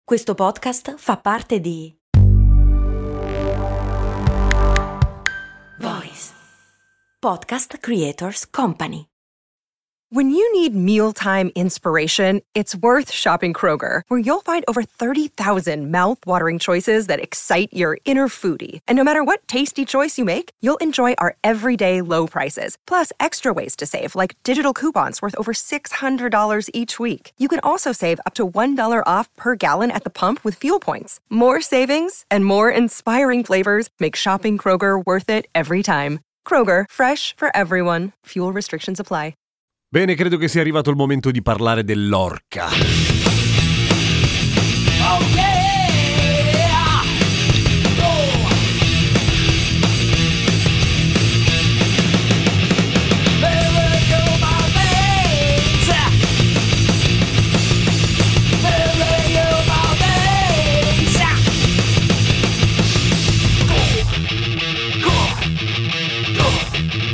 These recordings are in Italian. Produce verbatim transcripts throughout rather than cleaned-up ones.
Questo podcast fa parte di Voice Podcast Creators Company. When you need mealtime inspiration, it's worth shopping Kroger, where you'll find over thirty thousand mouth-watering choices that excite your inner foodie. And no matter what tasty choice you make, you'll enjoy our everyday low prices, plus extra ways to save, like digital coupons worth over six hundred dollars each week. You can also save up to one dollar off per gallon at the pump with fuel points. More savings and more inspiring flavors make shopping Kroger worth it every time. Kroger, fresh for everyone. Fuel restrictions apply. Bene, credo che sia arrivato il momento di parlare dell'orca. Oh yeah! Oh! There go my veins. There go my veins. Go! Go! Go!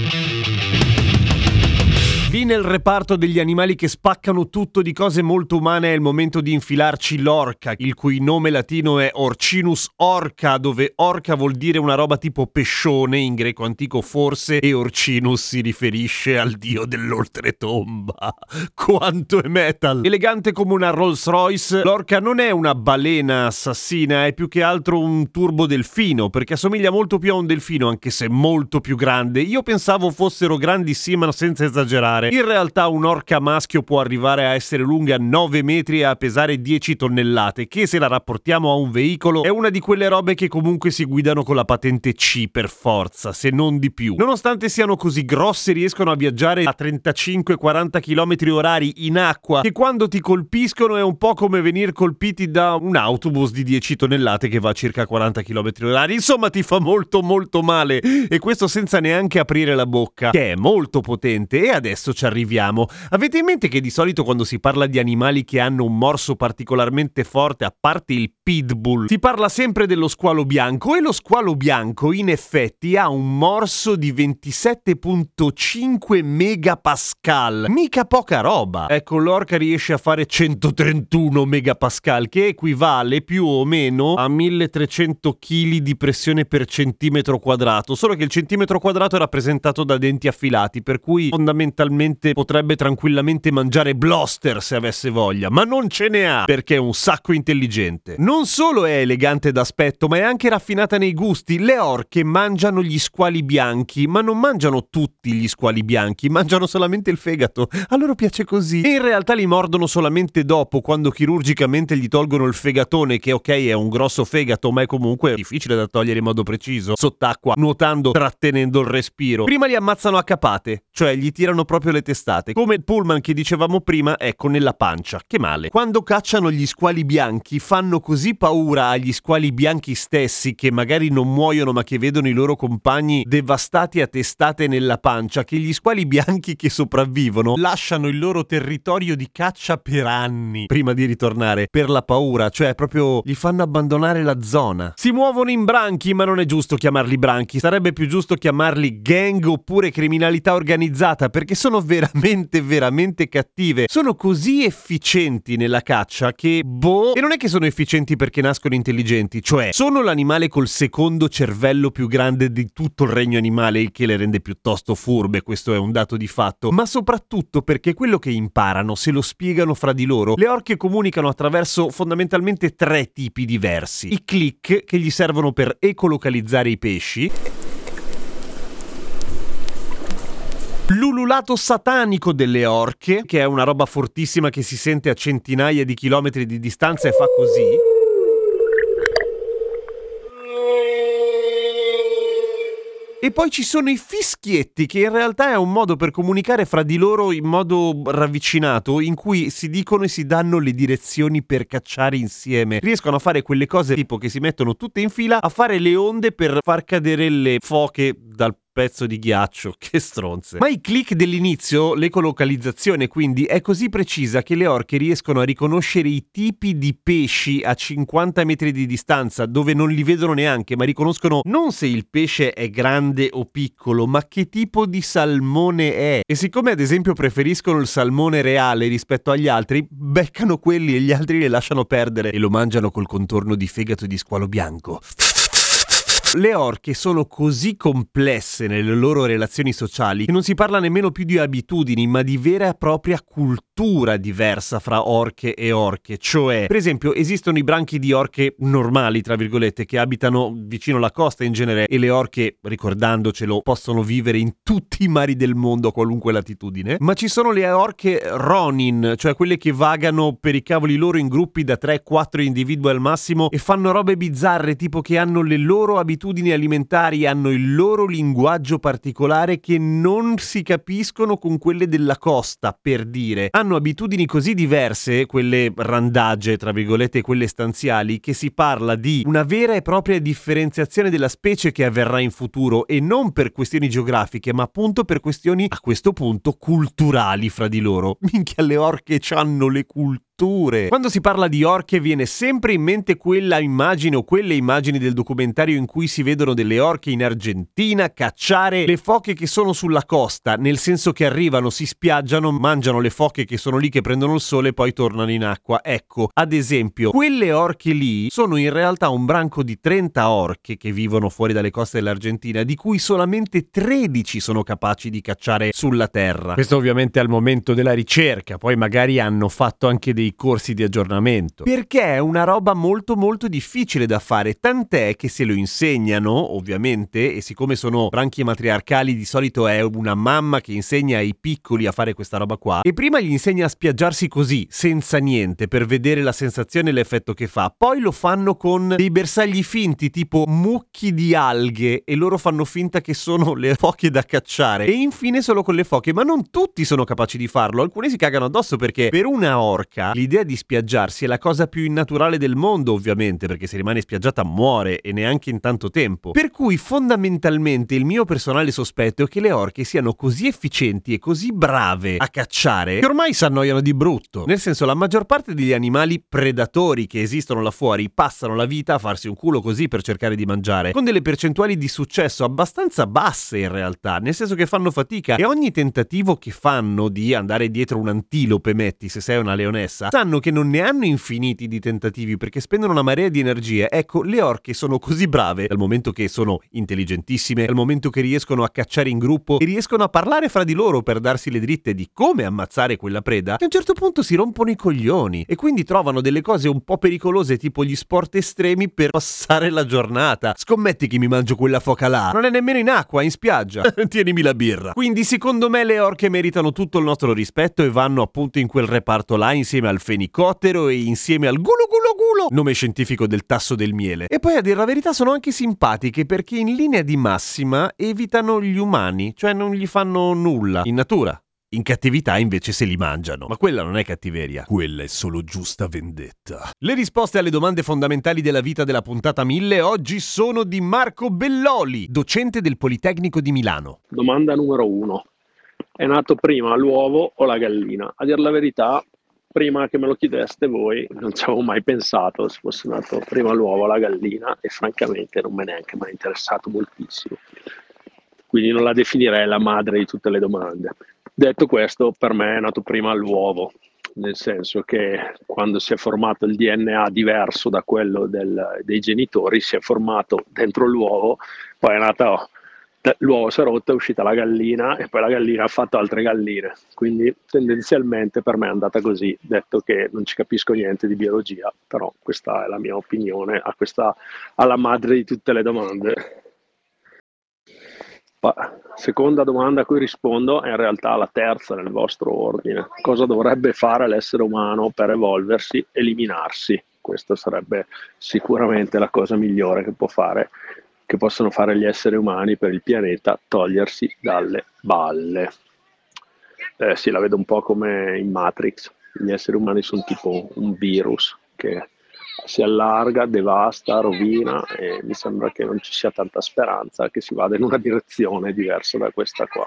Lì nel reparto degli animali che spaccano tutto di cose molto umane è il momento di infilarci l'orca, il cui nome latino è Orcinus orca, dove orca vuol dire una roba tipo pescione in greco antico forse, e Orcinus si riferisce al dio dell'oltretomba. Quanto è metal! Elegante come una Rolls Royce, l'orca non è una balena assassina, è più che altro un turbodelfino, perché assomiglia molto più a un delfino, anche se molto più grande. Io pensavo fossero grandi sì, ma senza esagerare. In realtà un'orca maschio può arrivare a essere lunga nove metri e a pesare dieci tonnellate, che se la rapportiamo a un veicolo è una di quelle robe che comunque si guidano con la patente C per forza, se non di più. Nonostante siano così grosse riescono a viaggiare a trentacinque quaranta chilometri orari in acqua, che quando ti colpiscono è un po' come venir colpiti da un autobus di dieci tonnellate che va a circa quaranta chilometri orari. Insomma, ti fa molto molto male, e questo senza neanche aprire la bocca, che è molto potente. E adesso ci arriviamo. Avete in mente che di solito quando si parla di animali che hanno un morso particolarmente forte, a parte il pitbull, si parla sempre dello squalo bianco, e lo squalo bianco in effetti ha un morso di ventisette virgola cinque megapascal. Mica poca roba. Ecco, l'orca riesce a fare centotrentuno megapascal, che equivale più o meno a milletrecento chili di pressione per centimetro quadrato, solo che il centimetro quadrato è rappresentato da denti affilati, per cui fondamentalmente potrebbe tranquillamente mangiare Bloster se avesse voglia, ma non ce ne ha, perché è un sacco intelligente. Non solo è elegante d'aspetto, ma è anche raffinata nei gusti. Le orche mangiano gli squali bianchi, ma non mangiano tutti gli squali bianchi, mangiano solamente il fegato. A loro piace così. E in realtà li mordono solamente dopo, quando chirurgicamente gli tolgono il fegatone, che ok è un grosso fegato, ma è comunque difficile da togliere in modo preciso, sott'acqua, nuotando, trattenendo il respiro. Prima li ammazzano a capate, cioè gli tirano proprio le testate, come il pullman che dicevamo prima, ecco, nella pancia. Che male. Quando cacciano gli squali bianchi fanno così paura agli squali bianchi stessi, che magari non muoiono ma che vedono i loro compagni devastati a testate nella pancia, che gli squali bianchi che sopravvivono lasciano il loro territorio di caccia per anni prima di ritornare, per la paura, cioè proprio gli fanno abbandonare la zona. Si muovono in branchi, ma non è giusto chiamarli branchi, sarebbe più giusto chiamarli gang oppure criminalità organizzata, perché sono veramente veramente cattive. Sono così efficienti nella caccia che boh, e non è che sono efficienti perché nascono intelligenti, cioè sono l'animale col secondo cervello più grande di tutto il regno animale, il che le rende piuttosto furbe, questo è un dato di fatto, ma soprattutto perché quello che imparano se lo spiegano fra di loro. Le orche comunicano attraverso fondamentalmente tre tipi diversi: i click, che gli servono per ecolocalizzare i pesci; l'ululato satanico delle orche, che è una roba fortissima che si sente a centinaia di chilometri di distanza e fa così. E poi ci sono i fischietti, che in realtà è un modo per comunicare fra di loro in modo ravvicinato, in cui si dicono e si danno le direzioni per cacciare insieme. Riescono a fare quelle cose tipo che si mettono tutte in fila a fare le onde per far cadere le foche dal pezzo di ghiaccio, che stronze. Ma i click dell'inizio, l'ecolocalizzazione quindi, è così precisa che le orche riescono a riconoscere i tipi di pesci a cinquanta metri di distanza, dove non li vedono neanche, ma riconoscono non se il pesce è grande o piccolo, ma che tipo di salmone è. E siccome ad esempio preferiscono il salmone reale rispetto agli altri, beccano quelli e gli altri li lasciano perdere e lo mangiano col contorno di fegato di squalo bianco. Le orche sono così complesse nelle loro relazioni sociali che non si parla nemmeno più di abitudini, ma di vera e propria cultura diversa fra orche e orche. Cioè, per esempio, esistono i branchi di orche normali, tra virgolette, che abitano vicino alla costa in genere, e le orche, ricordandocelo, possono vivere in tutti i mari del mondo a qualunque latitudine. Ma ci sono le orche ronin, cioè quelle che vagano per i cavoli loro in gruppi da tre quattro individui al massimo e fanno robe bizzarre, tipo che hanno le loro abitudini alimentari, hanno il loro linguaggio particolare che non si capiscono con quelle della costa, per dire. Hanno abitudini così diverse, quelle randagie, tra virgolette, e quelle stanziali, che si parla di una vera e propria differenziazione della specie che avverrà in futuro, e non per questioni geografiche, ma appunto per questioni, a questo punto, culturali fra di loro. Minchia, le orche c'hanno le culture. Quando si parla di orche viene sempre in mente quella immagine o quelle immagini del documentario in cui si vedono delle orche in Argentina cacciare le foche che sono sulla costa, nel senso che arrivano, si spiaggiano, mangiano le foche che sono lì, che prendono il sole e poi tornano in acqua. Ecco, ad esempio, quelle orche lì sono in realtà un branco di trenta orche che vivono fuori dalle coste dell'Argentina, di cui solamente tredici sono capaci di cacciare sulla terra. Questo ovviamente al momento della ricerca, poi magari hanno fatto anche dei corsi di aggiornamento, perché è una roba molto molto difficile da fare, tant'è che se lo insegnano, ovviamente, e siccome sono branchi matriarcali di solito è una mamma che insegna ai piccoli a fare questa roba qua, e prima gli insegna a spiaggiarsi così, senza niente, per vedere la sensazione e l'effetto che fa, poi lo fanno con dei bersagli finti tipo mucchi di alghe e loro fanno finta che sono le foche da cacciare, e infine solo con le foche, ma non tutti sono capaci di farlo, alcuni si cagano addosso, perché per una orca l'idea di spiaggiarsi è la cosa più innaturale del mondo, ovviamente, perché se rimane spiaggiata muore, e neanche in tanto tempo. Per cui fondamentalmente il mio personale sospetto è che le orche siano così efficienti e così brave a cacciare che ormai si annoiano di brutto. Nel senso, la maggior parte degli animali predatori che esistono là fuori passano la vita a farsi un culo così per cercare di mangiare, con delle percentuali di successo abbastanza basse in realtà, nel senso che fanno fatica, e ogni tentativo che fanno di andare dietro un antilope, metti, se sei una leonessa, sanno che non ne hanno infiniti di tentativi perché spendono una marea di energie. Ecco, le orche sono così brave, dal momento che sono intelligentissime, dal momento che riescono a cacciare in gruppo e riescono a parlare fra di loro per darsi le dritte di come ammazzare quella preda, che a un certo punto si rompono i coglioni e quindi trovano delle cose un po' pericolose, tipo gli sport estremi, per passare la giornata. Scommetti che mi mangio quella foca là, non è nemmeno in acqua, è in spiaggia. Tienimi la birra. Quindi secondo me le orche meritano tutto il nostro rispetto e vanno appunto in quel reparto là insieme al fenicottero e insieme al gulo gulo gulo, nome scientifico del tasso del miele. E poi, a dire la verità, sono anche simpatiche perché in linea di massima evitano gli umani, cioè non gli fanno nulla in natura. In cattività invece se li mangiano. Ma quella non è cattiveria, quella è solo giusta vendetta. Le risposte alle domande fondamentali della vita della puntata mille oggi sono di Marco Belloli, docente del Politecnico di Milano. Domanda numero uno. È nato prima l'uovo o la gallina? A dir la verità, prima che me lo chiedeste voi, non ci avevo mai pensato se fosse nato prima l'uovo o la gallina, e francamente non me ne è neanche mai interessato moltissimo. Quindi non la definirei la madre di tutte le domande. Detto questo, per me è nato prima l'uovo, nel senso che quando si è formato il D N A diverso da quello del, dei genitori, si è formato dentro l'uovo, poi è nata... l'uovo si è rotto, è uscita la gallina e poi la gallina ha fatto altre galline, quindi tendenzialmente per me è andata così, detto che non ci capisco niente di biologia, però questa è la mia opinione a questa, alla madre di tutte le domande. Pa- seconda domanda a cui rispondo è in realtà la terza nel vostro ordine. Cosa dovrebbe fare l'essere umano per evolversi? Eliminarsi. Questa sarebbe sicuramente la cosa migliore che può fare, che possono fare gli esseri umani per il pianeta, togliersi dalle balle. Eh, sì, la vedo un po' come in Matrix. Gli esseri umani sono tipo un virus che si allarga, devasta, rovina, e mi sembra che non ci sia tanta speranza che si vada in una direzione diversa da questa qua.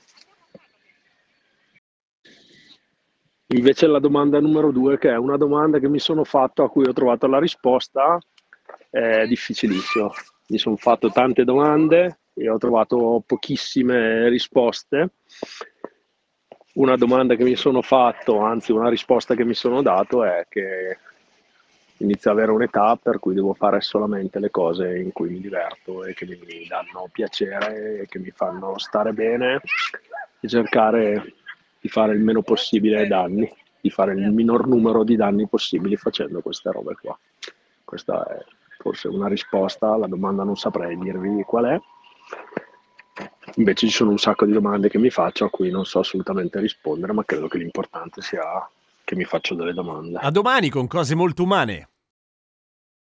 Invece la domanda numero due, che è una domanda che mi sono fatto, a cui ho trovato la risposta, è difficilissimo. Mi sono fatto tante domande e ho trovato pochissime risposte. Una domanda che mi sono fatto, anzi una risposta che mi sono dato, è che inizio ad avere un'età per cui devo fare solamente le cose in cui mi diverto e che mi danno piacere e che mi fanno stare bene, e cercare di fare il meno possibile danni, di fare il minor numero di danni possibili facendo queste robe qua. Questa è forse una risposta, la domanda non saprei dirvi qual è. Invece ci sono un sacco di domande che mi faccio a cui non so assolutamente rispondere, ma credo che l'importante sia che mi faccio delle domande. A domani con Cose Molto Umane.